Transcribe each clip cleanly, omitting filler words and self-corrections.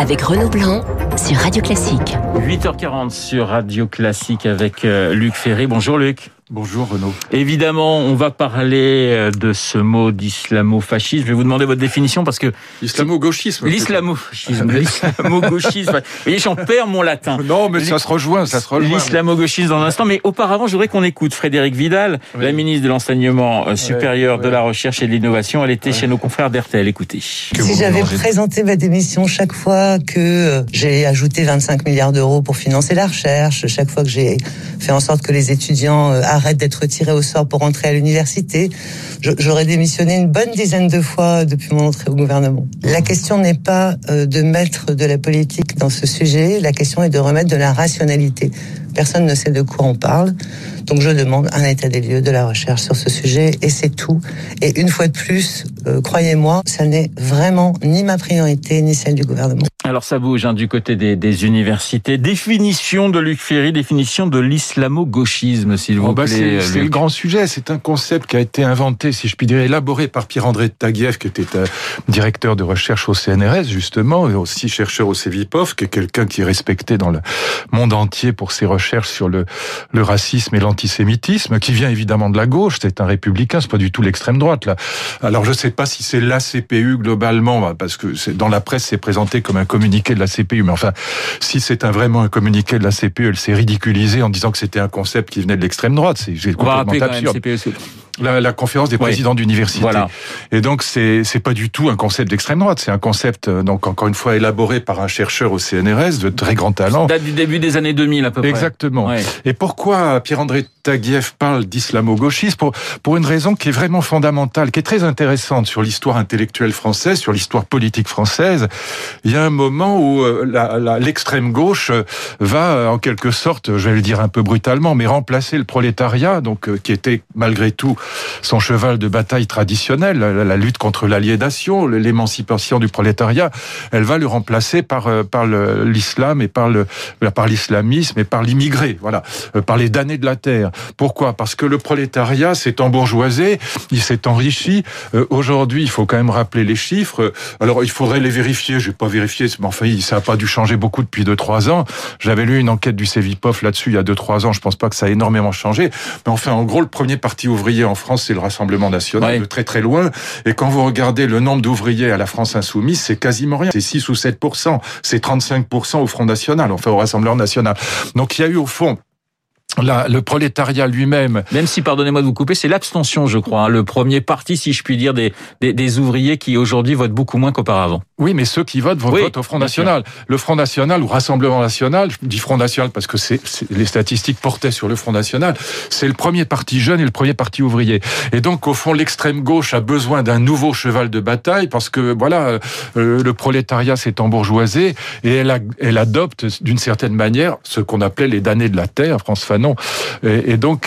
avec Renaud Blanc sur Radio Classique. 8h40 sur Radio Classique avec Luc Ferry. Bonjour Luc. Bonjour Renaud. Évidemment, on va parler de ce mot d'islamo-fascisme. Je vais vous demander votre définition parce que... L'islamo-gauchisme. L'islamo-fascisme. L'islamo-gauchisme. Vous voyez, j'en perds mon latin. Non, mais ça se rejoint. L'islamo-gauchisme dans un instant. Mais auparavant, je voudrais qu'on écoute Frédérique Vidal, la ministre de l'Enseignement supérieur, de la Recherche et de l'Innovation. Elle était chez nos confrères d'RTL. Écoutez. Si j'avais présenté ma démission chaque fois que j'ai ajouté 25 milliards d'euros pour financer la recherche, chaque fois que j'ai fait en sorte que les étudiants arrêtent d'être tirés au sort pour entrer à l'université, j'aurais démissionné une bonne dizaine de fois depuis mon entrée au gouvernement. La question n'est pas de mettre de la politique dans ce sujet, la question est de remettre de la rationalité. Personne ne sait de quoi on parle, donc je demande un état des lieux de la recherche sur ce sujet, et c'est tout. Et une fois de plus, croyez-moi, ça n'est vraiment ni ma priorité, ni celle du gouvernement. Alors ça bouge du côté des universités. Définition de Luc Ferry, définition de l'islamo-gauchisme, s'il vous plaît. C'est le grand sujet, c'est un concept qui a été inventé, si je puis dire, élaboré par Pierre-André Taguieff, qui était directeur de recherche au CNRS, justement, et aussi chercheur au CEVIPOF, qui est quelqu'un qui est respecté dans le monde entier pour ses recherches sur le racisme et l'antisémitisme, qui vient évidemment de la gauche. C'est un républicain, c'est pas du tout l'extrême droite, là. Alors je sais pas si c'est la CPU globalement, parce que dans la presse c'est présenté comme un communiqué de la CPU, mais enfin, si c'est vraiment un communiqué de la CPU, elle s'est ridiculisée en disant que c'était un concept qui venait de l'extrême droite. C'est complètement absurde. La conférence des présidents d'université. Voilà. Et donc c'est pas du tout un concept d'extrême droite, c'est un concept donc encore une fois élaboré par un chercheur au CNRS de très grand talent. Date du début des années 2000 à peu près. Exactement. Ouais. Et pourquoi Pierre-André Taguieff parle d'islamo-gauchisme? Pour une raison qui est vraiment fondamentale, qui est très intéressante sur l'histoire intellectuelle française, sur l'histoire politique française. Il y a un moment où l'extrême gauche va en quelque sorte, je vais le dire un peu brutalement, mais remplacer le prolétariat, donc qui était malgré tout son cheval de bataille traditionnel, la lutte contre l'aliénation, l'émancipation du prolétariat. Elle va le remplacer par l'islam et par l'islamisme et par l'immigré, voilà, par les damnés de la terre. Pourquoi ? Parce que le prolétariat s'est embourgeoisé, il s'est enrichi. Aujourd'hui, il faut quand même rappeler les chiffres. Alors, il faudrait les vérifier. Je vais pas vérifier, mais enfin, ça a pas dû changer beaucoup depuis 2-3 ans. J'avais lu une enquête du CEVIPOF là-dessus il y a 2-3 ans. Je pense pas que ça a énormément changé. Mais enfin, en gros, le premier parti ouvrier en France, c'est le Rassemblement national, de très très loin. Et quand vous regardez le nombre d'ouvriers à la France insoumise, c'est quasiment rien. C'est 6 ou 7%. C'est 35% au Front national, enfin au Rassemblement national. Donc il y a eu au fond le prolétariat lui-même. Même si, pardonnez-moi de vous couper, c'est l'abstention, je crois, le premier parti, si je puis dire, des ouvriers qui aujourd'hui votent beaucoup moins qu'auparavant. Oui, mais ceux qui votent votent au Front national. Le Front national ou Rassemblement national, je dis Front national parce que les statistiques portaient sur le Front national, c'est le premier parti jeune et le premier parti ouvrier. Et donc, au fond, l'extrême gauche a besoin d'un nouveau cheval de bataille parce que, voilà, le prolétariat s'est embourgeoisé et elle adopte d'une certaine manière ce qu'on appelait les damnés de la terre, France Fanon. Et donc,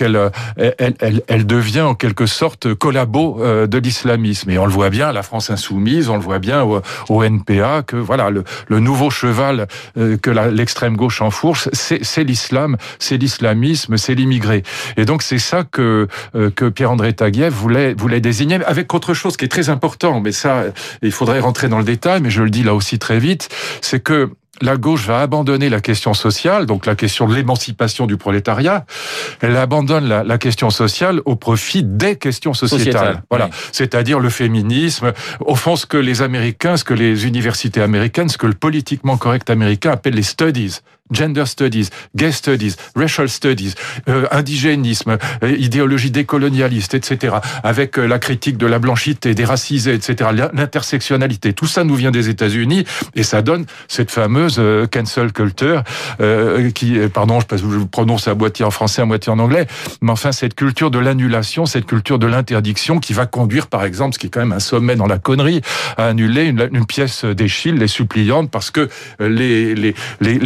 elle devient en quelque sorte collabo de l'islamisme. Et on le voit bien, la France insoumise, on le voit bien au NPA, que voilà, le nouveau cheval que l'extrême gauche enfourche, c'est l'islam, c'est l'islamisme, c'est l'immigré. Et donc, c'est ça que Pierre-André Taguieff voulait désigner, avec autre chose qui est très important, mais ça, il faudrait rentrer dans le détail, mais je le dis là aussi très vite, c'est que la gauche va abandonner la question sociale, donc la question de l'émancipation du prolétariat. Elle abandonne la question sociale au profit des questions sociétales. Voilà. Oui. C'est-à-dire le féminisme. Au fond, ce que les Américains, ce que les universités américaines, ce que le politiquement correct américain appelle les studies. Gender studies, gay studies, racial studies, indigénisme, idéologie décolonialiste, etc. Avec la critique de la blanchité, des racisés, etc. L'intersectionnalité. Tout ça nous vient des États-Unis et ça donne cette fameuse cancel culture qui, pardon, je prononce à moitié en français, à moitié en anglais, mais enfin cette culture de l'annulation, cette culture de l'interdiction qui va conduire, par exemple, ce qui est quand même un sommet dans la connerie, à annuler une pièce d'Eschyle, Les Suppliantes, parce que les comédiens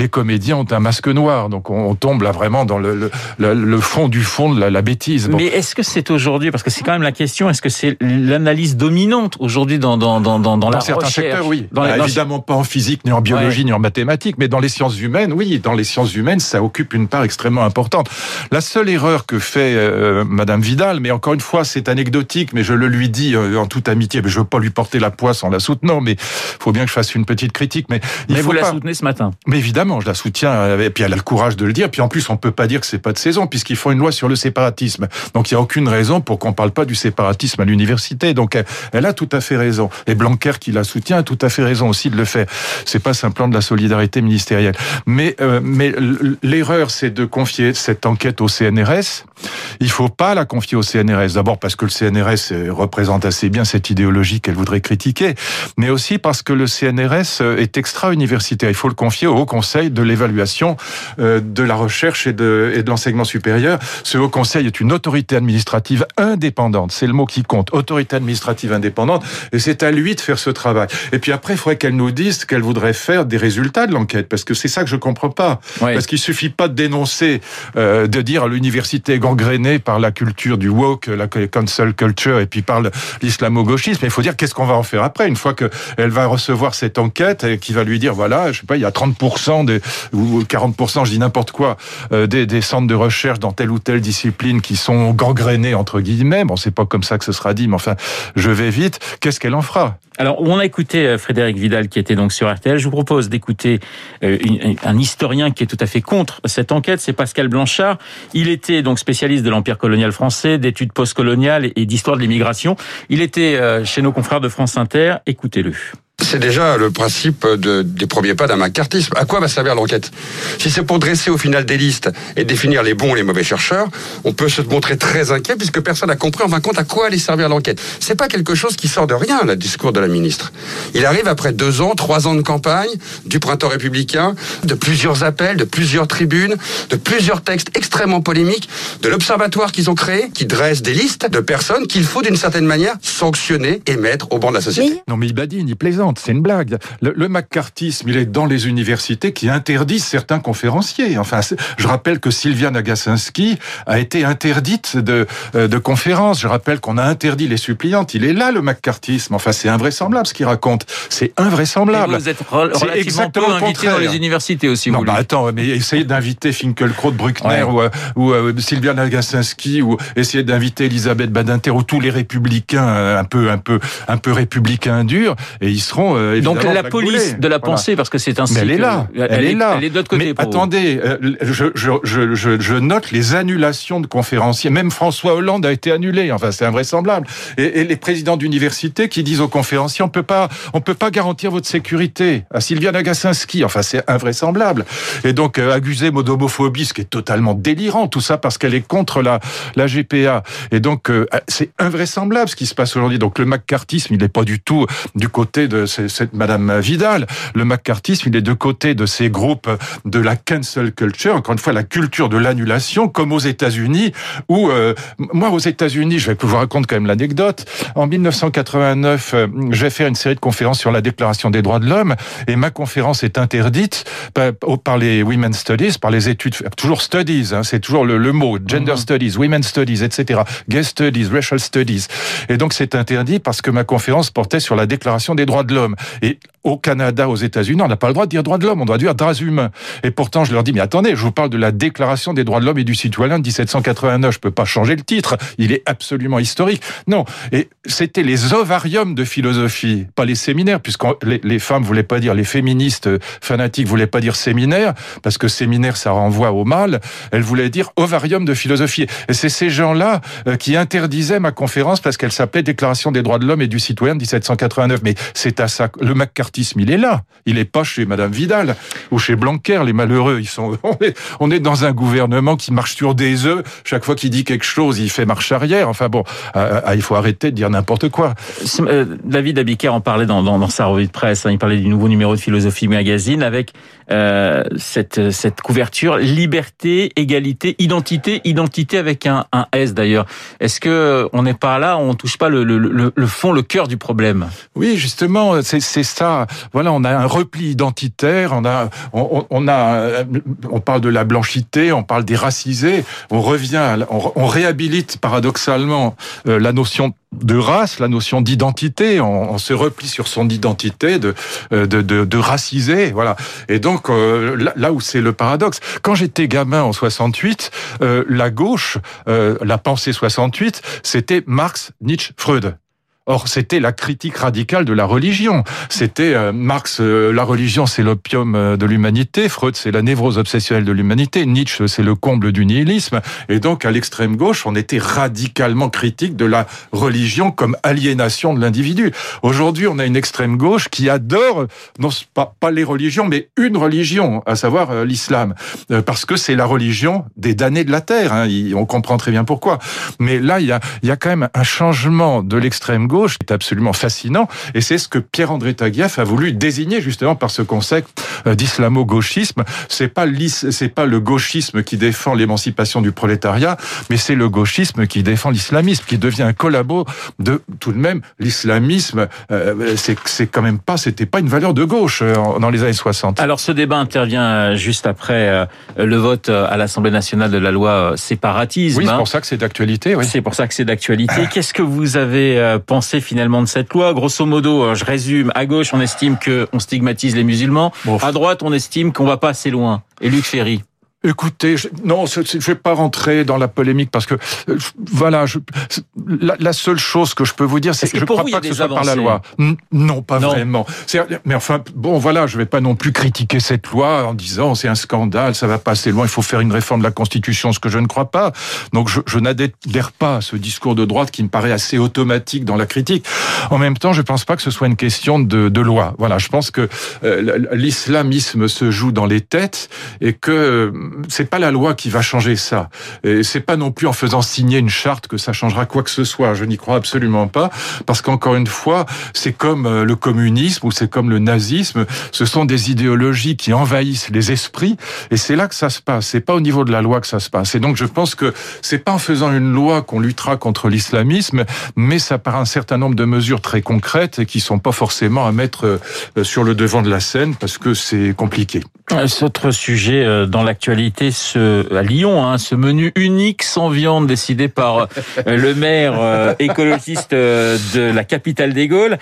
médias ont un masque noir. Donc on tombe là vraiment dans le fond du fond de la bêtise. Bon. Mais est-ce que c'est aujourd'hui, parce que c'est quand même la question, est-ce que c'est l'analyse dominante aujourd'hui dans la certains recherche secteurs, oui. Évidemment pas en physique, ni en biologie, ni en mathématiques, mais dans les sciences humaines, oui. Dans les sciences humaines, ça occupe une part extrêmement importante. La seule erreur que fait Madame Vidal, mais encore une fois, c'est anecdotique, mais je le lui dis en toute amitié, mais je veux pas lui porter la poisse en la soutenant, mais faut bien que je fasse une petite critique. Mais vous la soutenez ce matin? Mais évidemment, je la soutiens, et puis elle a le courage de le dire, puis en plus, on peut pas dire que c'est pas de saison, puisqu'ils font une loi sur le séparatisme. Donc il y a aucune raison pour qu'on parle pas du séparatisme à l'université. Donc elle a tout à fait raison. Et Blanquer, qui la soutient, a tout à fait raison aussi de le faire. C'est pas simplement de la solidarité ministérielle. Mais l'erreur, c'est de confier cette enquête au CNRS. Il faut pas la confier au CNRS. D'abord parce que le CNRS représente assez bien cette idéologie qu'elle voudrait critiquer, mais aussi parce que le CNRS est extra-universitaire. Il faut le confier au Haut Conseil de l'évaluation de la recherche et de l'enseignement supérieur. Ce Haut Conseil est une autorité administrative indépendante. C'est le mot qui compte. Autorité administrative indépendante. Et c'est à lui de faire ce travail. Et puis après, il faudrait qu'elle nous dise qu'elle voudrait faire des résultats de l'enquête. Parce que c'est ça que je comprends pas. Oui. Parce qu'il suffit pas de dénoncer, de dire l'université est gangrénée par la culture du woke, la cancel culture, et puis par l'islamo-gauchisme. Mais il faut dire qu'est-ce qu'on va en faire après, une fois qu'elle va recevoir cette enquête et qui va lui dire, voilà, je sais pas, il y a 30% ou 40%, je dis n'importe quoi, des centres de recherche dans telle ou telle discipline qui sont gangrénés, entre guillemets. Bon, c'est pas comme ça que ce sera dit, mais enfin, je vais vite. Qu'est-ce qu'elle en fera? Alors, on a écouté Frédéric Vidal qui était donc sur RTL. Je vous propose d'écouter un historien qui est tout à fait contre cette enquête. C'est Pascal Blanchard. Il était donc spécialiste de l'Empire colonial français, d'études postcoloniales et d'histoire de l'immigration. Il était chez nos confrères de France Inter. Écoutez-le. C'est déjà le principe des premiers pas d'un macartisme. À quoi va servir l'enquête? Si c'est pour dresser au final des listes et définir les bons et les mauvais chercheurs, on peut se montrer très inquiet puisque personne n'a compris en fin de compte à quoi allait servir l'enquête. C'est pas quelque chose qui sort de rien, le discours de la ministre. Il arrive après 2 ans, 3 ans de campagne, du printemps républicain, de plusieurs appels, de plusieurs tribunes, de plusieurs textes extrêmement polémiques, de l'observatoire qu'ils ont créé, qui dresse des listes de personnes qu'il faut d'une certaine manière sanctionner et mettre au banc de la société. Non mais il badine, il plaisante. C'est une blague. Le macartisme, il est dans les universités qui interdisent certains conférenciers. Enfin, je rappelle que Sylvia Nagasinski a été interdite de conférences. Je rappelle qu'on a interdit les suppliantes. Il est là, le macartisme. Enfin, c'est invraisemblable ce qu'il raconte. C'est invraisemblable. Et vous êtes relativement peu invité dans les universités aussi. Non, attends, mais essayez d'inviter Finkielkraut, Bruckner ou Sylvia Nagasinski ou essayez d'inviter Elisabeth Badinter ou tous les républicains un peu républicains durs et ils seront donc la police de la pensée, parce que c'est ainsi. Mais elle est là. Elle est là. Elle est de l'autre côté. Mais attendez, je note les annulations de conférenciers. Même François Hollande a été annulé. Enfin, c'est invraisemblable. Et les présidents d'université qui disent aux conférenciers, on peut pas garantir votre sécurité. À Sylvia Nagasinski. Enfin, c'est invraisemblable. Et donc, accuser d'homophobie, ce qui est totalement délirant. Tout ça parce qu'elle est contre la GPA. Et donc, c'est invraisemblable ce qui se passe aujourd'hui. Donc, le macartisme, il n'est pas du tout du côté de cette Madame Vidal. Le macartisme, il est de côté de ces groupes de la cancel culture, encore une fois, la culture de l'annulation, comme aux États-Unis, où, moi, aux États-Unis, je vous raconte quand même l'anecdote. En 1989, j'ai fait une série de conférences sur la Déclaration des droits de l'homme, et ma conférence est interdite par les Women's Studies, par les études, toujours studies, hein, c'est toujours le mot, gender studies, women's studies, etc., gay studies, racial studies. Et donc, c'est interdit parce que ma conférence portait sur la Déclaration des droits de l'homme. Et au Canada, aux États-Unis, on n'a pas le droit de dire droits de l'homme, on doit dire droits humains. Et pourtant, je leur dis, mais attendez, je vous parle de la Déclaration des droits de l'homme et du citoyen de 1789. Je peux pas changer le titre. Il est absolument historique. Non. Et c'était les ovariums de philosophie, pas les séminaires, puisque les femmes voulaient pas dire, les féministes fanatiques voulaient pas dire séminaire, parce que séminaire, ça renvoie au mal. Elles voulaient dire ovarium de philosophie. Et c'est ces gens-là qui interdisaient ma conférence parce qu'elle s'appelait Déclaration des droits de l'homme et du citoyen de 1789. Mais c'est à ça, le macartisme, il est là. Il est pas chez Madame Vidal ou chez Blanquer, les malheureux. On est dans un gouvernement qui marche sur des œufs. Chaque fois qu'il dit quelque chose, il fait marche arrière. Enfin bon, il faut arrêter de dire n'importe quoi. David Abiker en parlait dans sa revue de presse. Il parlait du nouveau numéro de Philosophie Magazine avec cette couverture liberté, égalité, identité avec un S d'ailleurs. Est-ce que on n'est pas là, on touche pas le fond, le cœur du problème? Oui, justement, c'est ça. on a un repli identitaire, on parle de la blanchité, on parle des racisés, on réhabilite paradoxalement la notion de race, la notion d'identité, on se replie sur son identité de racisé, voilà. Et donc là où c'est le paradoxe, quand j'étais gamin en 68, la gauche, la pensée 68, c'était Marx, Nietzsche, Freud. Or, c'était la critique radicale de la religion. C'était Marx, la religion, c'est l'opium de l'humanité. Freud, c'est la névrose obsessionnelle de l'humanité. Nietzsche, c'est le comble du nihilisme. Et donc, à l'extrême gauche, on était radicalement critique de la religion comme aliénation de l'individu. Aujourd'hui, on a une extrême gauche qui adore, non pas les religions, mais une religion, à savoir l'islam. Parce que c'est la religion des damnés de la terre. Hein. On comprend très bien pourquoi. Mais là, il y a quand même un changement de l'extrême gauche qui est absolument fascinant, et c'est ce que Pierre-André Taguieff a voulu désigner justement par ce concept d'islamo-gauchisme. C'est pas le gauchisme qui défend l'émancipation du prolétariat, mais c'est le gauchisme qui défend l'islamisme, qui devient un collabo de tout de même l'islamisme. C'était pas une valeur de gauche dans les années 60. Alors ce débat intervient juste après le vote à l'Assemblée nationale de la loi séparatisme. Oui, c'est pour ça que c'est d'actualité. Oui. C'est pour ça que c'est d'actualité. Qu'est-ce que vous avez pensé finalement de cette loi? Grosso modo, je résume, à gauche, on estime qu'on stigmatise les musulmans. Bon. À droite, on estime qu'on va pas assez loin. Et Luc Ferry? Écoutez, je vais pas rentrer dans la polémique parce que la seule chose que je peux vous dire, c'est que je crois pas que ce soit par la loi. Non, pas vraiment. Mais enfin, bon, voilà, je vais pas non plus critiquer cette loi en disant c'est un scandale, ça va pas assez loin, il faut faire une réforme de la Constitution, ce que je ne crois pas. Donc je n'adhère pas à ce discours de droite qui me paraît assez automatique dans la critique. En même temps, je pense pas que ce soit une question de loi. Voilà, je pense que l'islamisme se joue dans les têtes et que c'est pas la loi qui va changer ça. Et c'est pas non plus en faisant signer une charte que ça changera quoi que ce soit. Je n'y crois absolument pas. Parce qu'encore une fois, c'est comme le communisme ou c'est comme le nazisme. Ce sont des idéologies qui envahissent les esprits. Et c'est là que ça se passe. C'est pas au niveau de la loi que ça se passe. Et donc, je pense que c'est pas en faisant une loi qu'on luttera contre l'islamisme, mais ça par un certain nombre de mesures très concrètes et qui sont pas forcément à mettre sur le devant de la scène parce que c'est compliqué. Cet autre sujet dans l'actualité, à Lyon, ce menu unique sans viande décidé par le maire écologiste de la capitale des Gaules.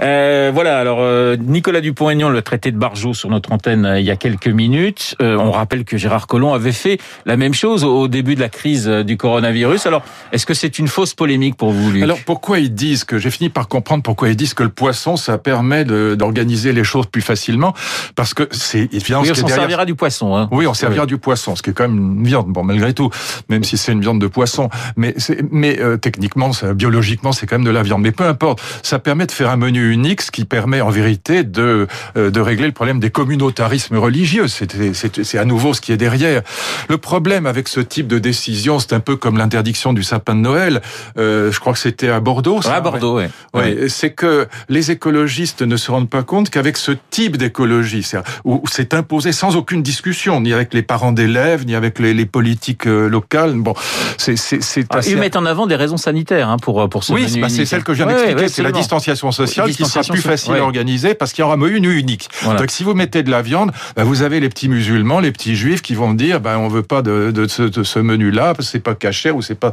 Voilà, alors Nicolas Dupont-Aignan le traité de Barjot sur notre antenne il y a quelques minutes. On rappelle que Gérard Collomb avait fait la même chose au début de la crise du coronavirus. Alors, est-ce que c'est une fausse polémique pour vous, Luc? Alors, j'ai fini par comprendre pourquoi ils disent que le poisson, ça permet d'organiser les choses plus facilement, parce que c'est évidemment oui, on servira du poisson. Hein. Oui, on servira du poisson, ce qui est quand même une viande, bon, malgré tout, même si c'est une viande de poisson. Mais techniquement, biologiquement, c'est quand même de la viande. Mais peu importe, ça permet de faire un menu unique, ce qui permet en vérité de régler le problème des communautarismes religieux. C'est à nouveau ce qui est derrière. Le problème avec ce type de décision, c'est un peu comme l'interdiction du sapin de Noël. Je crois que c'était à Bordeaux. À Bordeaux, oui. Oui, c'est que les écologistes ne se rendent pas compte qu'avec ce type d'écologie, où c'est imposé sans aucune discussion, ni avec les parents d'élèves, ni avec les politiques locales. Bon, c'est assez... Ils mettent en avant des raisons sanitaires pour ce menu unique. C'est celle que je viens d'expliquer, c'est la distanciation sociale qui sera plus facile à organiser parce qu'il y aura un menu unique. Voilà. Donc si vous mettez de la viande, vous avez les petits musulmans, les petits juifs qui vont dire on veut pas de ce menu-là, parce que c'est pas cachère ou c'est pas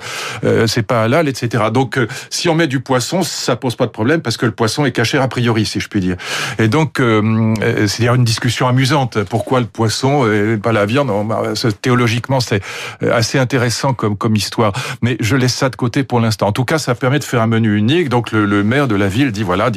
halal, etc. Donc si on met du poisson, ça pose pas de problème parce que le poisson est cachère a priori, si je puis dire. Et donc c'est d'ailleurs une discussion amusante. Pourquoi le poisson et pas la viande? Théologiquement, c'est assez intéressant comme histoire. Mais je laisse ça de côté pour l'instant. En tout cas, ça permet de faire un menu unique. Donc le maire de la ville dit voilà,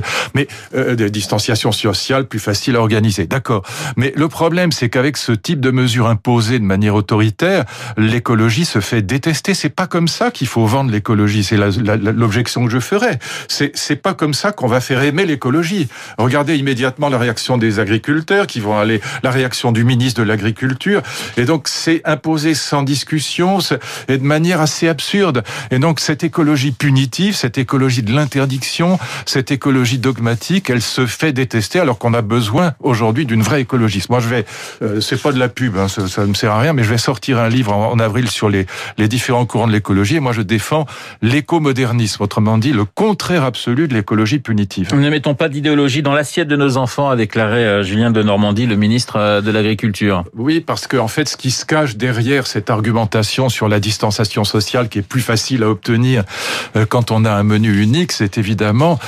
distanciation sociale plus facile à organiser. D'accord. Mais le problème, c'est qu'avec ce type de mesures imposées de manière autoritaire, l'écologie se fait détester. C'est pas comme ça qu'il faut vendre l'écologie. C'est l'objection que je ferais. C'est pas comme ça qu'on va faire aimer l'écologie. Regardez immédiatement la réaction des agriculteurs qui vont aller, la réaction du ministre de l'Agriculture. Et donc, c'est imposé sans discussion et de manière assez absurde. Et donc, cette écologie punitive, cette écologie de l'interdiction, cette écologie dogmatique, elle se fait détester alors qu'on a besoin aujourd'hui d'une vraie écologie. Moi, c'est pas de la pub, hein, ça ne me sert à rien, mais je vais sortir un livre en avril sur les différents courants de l'écologie. Et moi, je défends l'écomodernisme, autrement dit, le contraire absolu de l'écologie punitive. Ne mettons pas d'idéologie dans l'assiette de nos enfants, a déclaré Julien Denormandie, le ministre de l'Agriculture. Oui, parce qu'en fait, ce qui se cache derrière cette argumentation sur la distanciation sociale qui est plus facile à obtenir quand on a un menu unique, c'est évidemment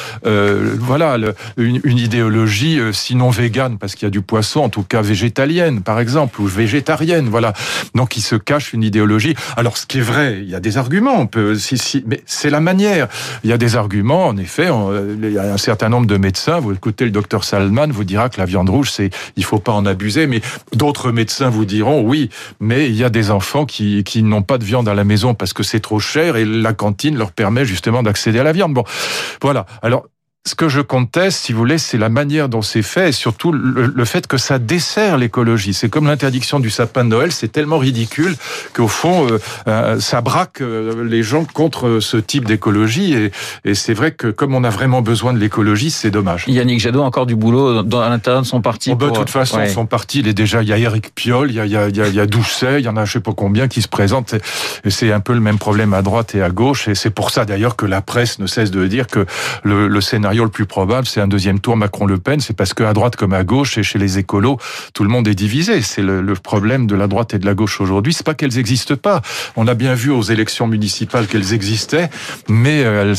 une idéologie sinon végane, parce qu'il y a du poisson, en tout cas végétalienne, par exemple, ou végétarienne, voilà. Donc, il se cache une idéologie. Alors, ce qui est vrai, il y a des arguments, mais c'est la manière. Il y a des arguments, en effet, il y a un certain nombre de médecins, vous écoutez le docteur Salman, vous dira que la viande rouge, il faut pas en abuser, mais d'autres médecins vous diront, oui, mais il y a des enfants qui n'ont pas de viande à la maison parce que c'est trop cher et la cantine leur permet justement d'accéder à la viande. Bon, voilà. Alors, ce que je conteste, si vous voulez, c'est la manière dont c'est fait et surtout le fait que ça dessert l'écologie. C'est comme l'interdiction du sapin de Noël, c'est tellement ridicule qu'au fond, ça braque les gens contre ce type d'écologie et c'est vrai que comme on a vraiment besoin de l'écologie, c'est dommage. Yannick Jadot a encore du boulot à l'intérieur de son parti. De toute façon, son parti, il y a Éric Piolle, il y a Doucet, il y en a je sais pas combien qui se présentent. Et c'est un peu le même problème à droite et à gauche et c'est pour ça d'ailleurs que la presse ne cesse de dire que le scénario le plus probable, c'est un deuxième tour Macron-Le Pen. C'est parce qu'à droite comme à gauche et chez les écolos, tout le monde est divisé. C'est le problème de la droite et de la gauche aujourd'hui. C'est pas qu'elles n'existent pas. On a bien vu aux élections municipales qu'elles existaient, mais elles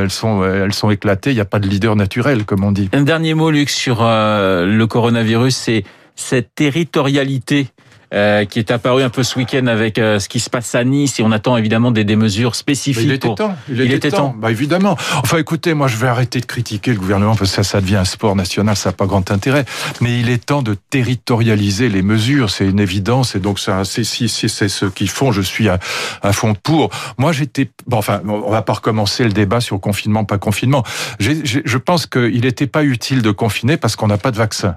sont éclatées. Il n'y a pas de leader naturel, comme on dit. Un dernier mot, Luc, sur le coronavirus, c'est cette territorialité qui est apparu un peu ce week-end avec ce qui se passe à Nice et on attend évidemment des mesures spécifiques. Il était temps. Bah évidemment. Enfin écoutez, moi je vais arrêter de critiquer le gouvernement parce que ça devient un sport national, ça n'a pas grand intérêt. Mais il est temps de territorialiser les mesures, c'est une évidence et donc ça, c'est ce qu'ils font. Je suis à fond pour. Moi on va pas recommencer le débat sur confinement, pas confinement. Je pense qu'il n'était pas utile de confiner parce qu'on n'a pas de vaccin.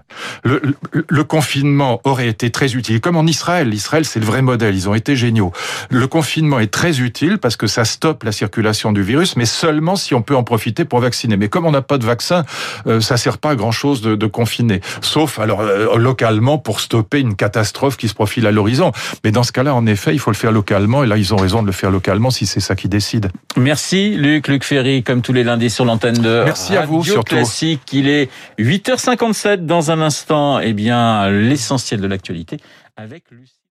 Le confinement aurait été très utile. Comme en Israël. L'Israël, c'est le vrai modèle. Ils ont été géniaux. Le confinement est très utile parce que ça stoppe la circulation du virus, mais seulement si on peut en profiter pour vacciner. Mais comme on n'a pas de vaccin, ça sert pas à grand-chose de confiner. Sauf, localement, pour stopper une catastrophe qui se profile à l'horizon. Mais dans ce cas-là, en effet, il faut le faire localement. Et là, ils ont raison de le faire localement si c'est ça qui décide. Merci, Luc Ferry, comme tous les lundis sur l'antenne de Merci à vous, Radio Classique. Il est 8h57 dans un instant. Eh bien, l'essentiel de l'actualité avec Lucie.